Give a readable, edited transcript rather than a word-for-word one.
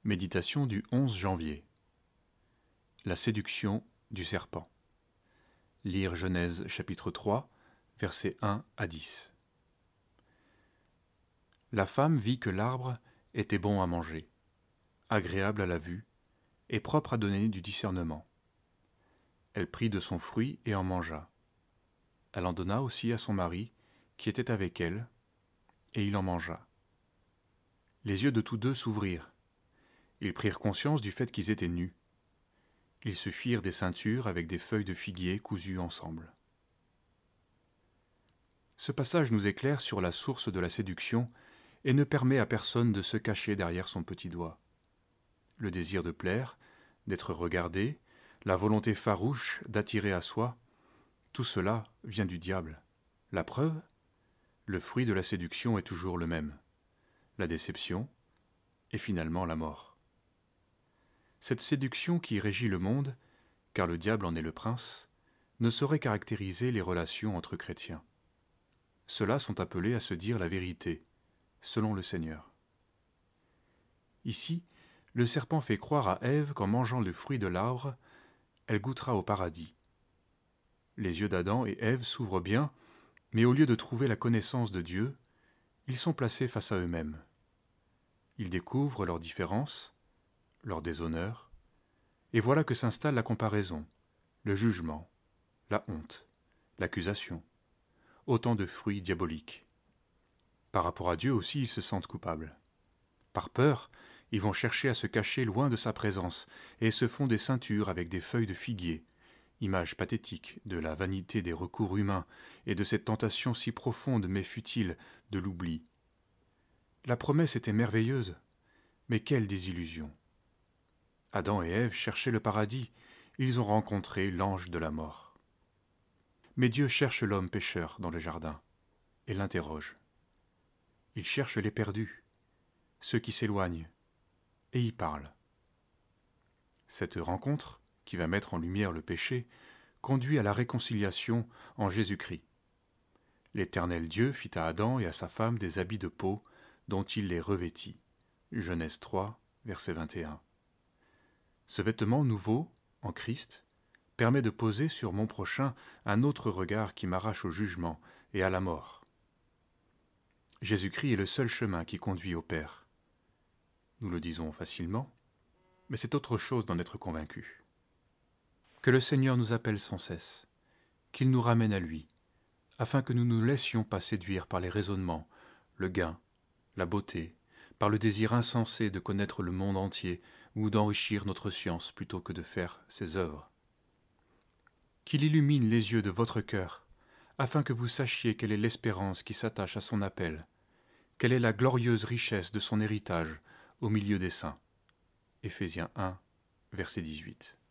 Méditation du 11 janvier. La séduction du serpent. Lire Genèse chapitre 3, versets 1 à 10. La femme vit que l'arbre était bon à manger, agréable à la vue et propre à donner du discernement. Elle prit de son fruit et en mangea. Elle en donna aussi à son mari, qui était avec elle, et il en mangea. Les yeux de tous deux s'ouvrirent. Ils prirent conscience du fait qu'ils étaient nus. Ils se firent des ceintures avec des feuilles de figuier cousues ensemble. Ce passage nous éclaire sur la source de la séduction et ne permet à personne de se cacher derrière son petit doigt. Le désir de plaire, d'être regardé, la volonté farouche d'attirer à soi, tout cela vient du diable. La preuve ? Le fruit de la séduction est toujours le même, la déception et finalement la mort. Cette séduction qui régit le monde, car le diable en est le prince, ne saurait caractériser les relations entre chrétiens. Ceux-là sont appelés à se dire la vérité, selon le Seigneur. Ici, le serpent fait croire à Ève qu'en mangeant le fruit de l'arbre, elle goûtera au paradis. Les yeux d'Adam et Ève s'ouvrent bien, mais au lieu de trouver la connaissance de Dieu, ils sont placés face à eux-mêmes. Ils découvrent leurs différences, leur déshonneur, et voilà que s'installe la comparaison, le jugement, la honte, l'accusation, autant de fruits diaboliques. Par rapport à Dieu aussi, ils se sentent coupables. Par peur, ils vont chercher à se cacher loin de sa présence et se font des ceintures avec des feuilles de figuier, image pathétique de la vanité des recours humains et de cette tentation si profonde mais futile de l'oubli. La promesse était merveilleuse, mais quelle désillusion! Adam et Ève cherchaient le paradis, ils ont rencontré l'ange de la mort. Mais Dieu cherche l'homme pécheur dans le jardin et l'interroge. Il cherche les perdus, ceux qui s'éloignent, et y parle. Cette rencontre, qui va mettre en lumière le péché, conduit à la réconciliation en Jésus-Christ. L'Éternel Dieu fit à Adam et à sa femme des habits de peau dont il les revêtit. Genèse 3, verset 21. Ce vêtement nouveau, en Christ, permet de poser sur mon prochain un autre regard qui m'arrache au jugement et à la mort. Jésus-Christ est le seul chemin qui conduit au Père. Nous le disons facilement, mais c'est autre chose d'en être convaincu. Que le Seigneur nous appelle sans cesse, qu'il nous ramène à lui, afin que nous ne nous laissions pas séduire par les raisonnements, le gain, la beauté, par le désir insensé de connaître le monde entier ou d'enrichir notre science plutôt que de faire ses œuvres. Qu'il illumine les yeux de votre cœur, afin que vous sachiez quelle est l'espérance qui s'attache à son appel, quelle est la glorieuse richesse de son héritage au milieu des saints. Éphésiens 1, verset 18.